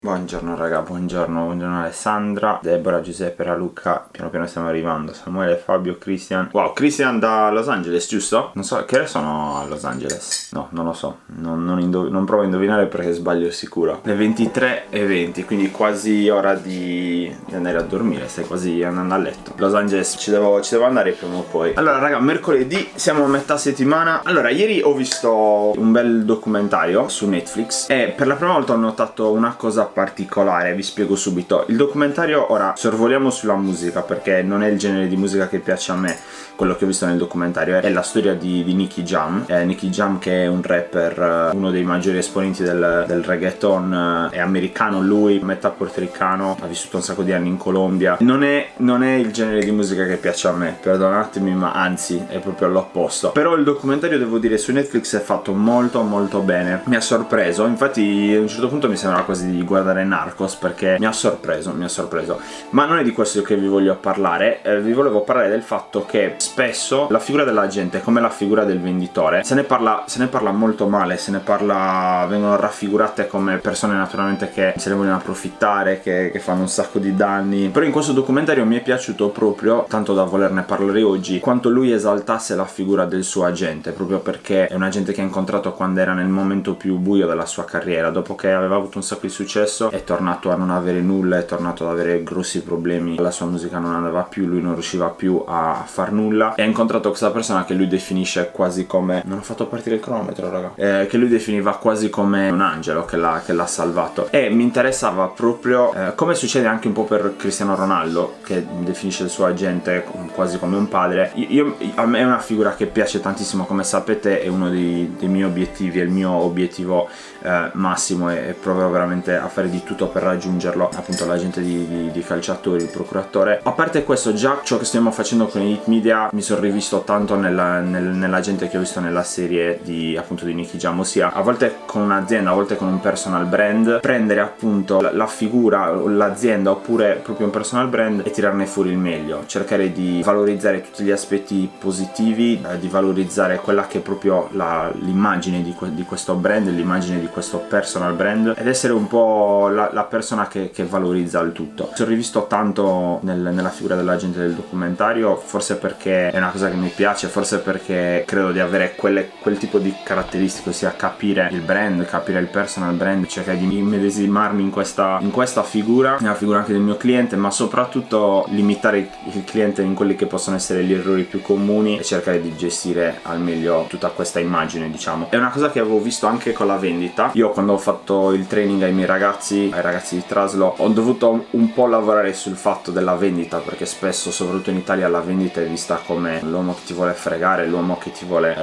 Buongiorno raga, buongiorno Alessandra, Deborah, Giuseppe, Raluca, piano piano stiamo arrivando, Samuele, Fabio, Christian. Wow, Christian da Los Angeles, giusto? Non so, che ore sono a Los Angeles? No, non lo so, non provo a indovinare perché sbaglio sicuro. Le 23:20, quindi quasi ora di andare a dormire, stai quasi andando a letto. Los Angeles ci devo andare prima o poi. Allora raga, mercoledì, siamo a metà settimana. Allora, ieri ho visto un bel documentario su Netflix e per la prima volta ho notato una cosa particolare, vi spiego subito. Il documentario, ora sorvoliamo sulla musica perché non è il genere di musica che piace a me, quello che ho visto nel documentario è la storia di Nicky Jam. Nicky Jam, che è un rapper, uno dei maggiori esponenti del reggaeton, è americano lui, metà portoricano, ha vissuto un sacco di anni in Colombia. Non è il genere di musica che piace a me, perdonatemi, ma anzi è proprio l'opposto. Però il documentario, devo dire, su Netflix è fatto molto molto bene, mi ha sorpreso, infatti a un certo punto mi sembrava quasi di guardare Narcos perché mi ha sorpreso, ma non è di questo che vi voglio parlare. Vi volevo parlare del fatto che spesso la figura dell'agente è come la figura del venditore, se ne parla molto male, vengono raffigurate come persone naturalmente che se ne vogliono approfittare, che fanno un sacco di danni. Però in questo documentario mi è piaciuto proprio, tanto da volerne parlare oggi, quanto lui esaltasse la figura del suo agente, proprio perché è un agente che ha incontrato quando era nel momento più buio della sua carriera, dopo che aveva avuto un sacco di successo è tornato a non avere nulla, è tornato ad avere grossi problemi, la sua musica non andava più, lui non riusciva più a far nulla e ha incontrato questa persona che lui definisce quasi come, non ho fatto partire il cronometro raga, che lui definiva quasi come un angelo che l'ha salvato. E mi interessava proprio come succede anche un po' per Cristiano Ronaldo, che definisce il suo agente quasi come un padre. A me è una figura che piace tantissimo, come sapete è uno dei miei obiettivi, è il mio obiettivo massimo e proverò veramente a fare di tutto per raggiungerlo, appunto l'agente di calciatori, il procuratore. A parte questo, già ciò che stiamo facendo con i Hit Media mi sono rivisto tanto nell'agente che ho visto nella serie di Nicky Jam, ossia a volte con un'azienda, a volte con un personal brand, prendere appunto la figura, l'azienda oppure proprio un personal brand e tirarne fuori il meglio, cercare di valorizzare tutti gli aspetti positivi, di valorizzare quella che è proprio l'immagine di questo brand, l'immagine di questo personal brand, ed essere un po' la persona che valorizza il tutto. Ci ho rivisto tanto nella figura dell'agente del documentario, forse perché è una cosa che mi piace, forse perché credo di avere quel tipo di caratteristiche, ossia capire il brand, capire il personal brand, cercare di immedesimarmi in questa figura, nella figura anche del mio cliente, ma soprattutto limitare il cliente in quelli che possono essere gli errori più comuni e cercare di gestire al meglio tutta questa immagine, diciamo. È una cosa che avevo visto anche con la vendita. Io quando ho fatto il training ai miei ragazzi di Traslo, ho dovuto un po' lavorare sul fatto della vendita, perché spesso, soprattutto in Italia, la vendita è vista come l'uomo che ti vuole fregare, l'uomo che ti vuole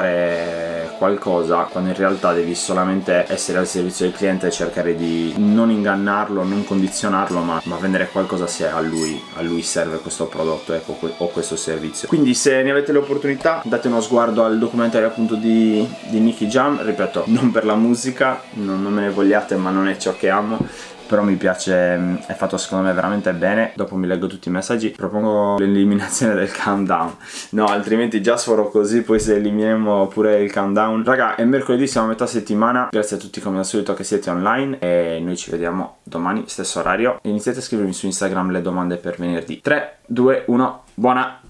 rubare qualcosa, quando in realtà devi solamente essere al servizio del cliente e cercare di non ingannarlo, non condizionarlo, ma vendere qualcosa se a lui serve questo prodotto, ecco, o questo servizio. Quindi se ne avete l'opportunità, date uno sguardo al documentario appunto di Nicky Jam, ripeto, non per la musica, non me ne vogliate, ma non è ciò che amo, però mi piace, è fatto secondo me veramente bene. Dopo mi leggo tutti i messaggi. Propongo l'eliminazione del countdown, no, altrimenti già sforo così, poi se eliminiamo pure il countdown. Raga, è mercoledì, siamo a metà settimana, grazie a tutti come al solito che siete online e noi ci vediamo domani stesso orario. Iniziate a scrivermi su Instagram le domande per venerdì. 3, 2, 1, buona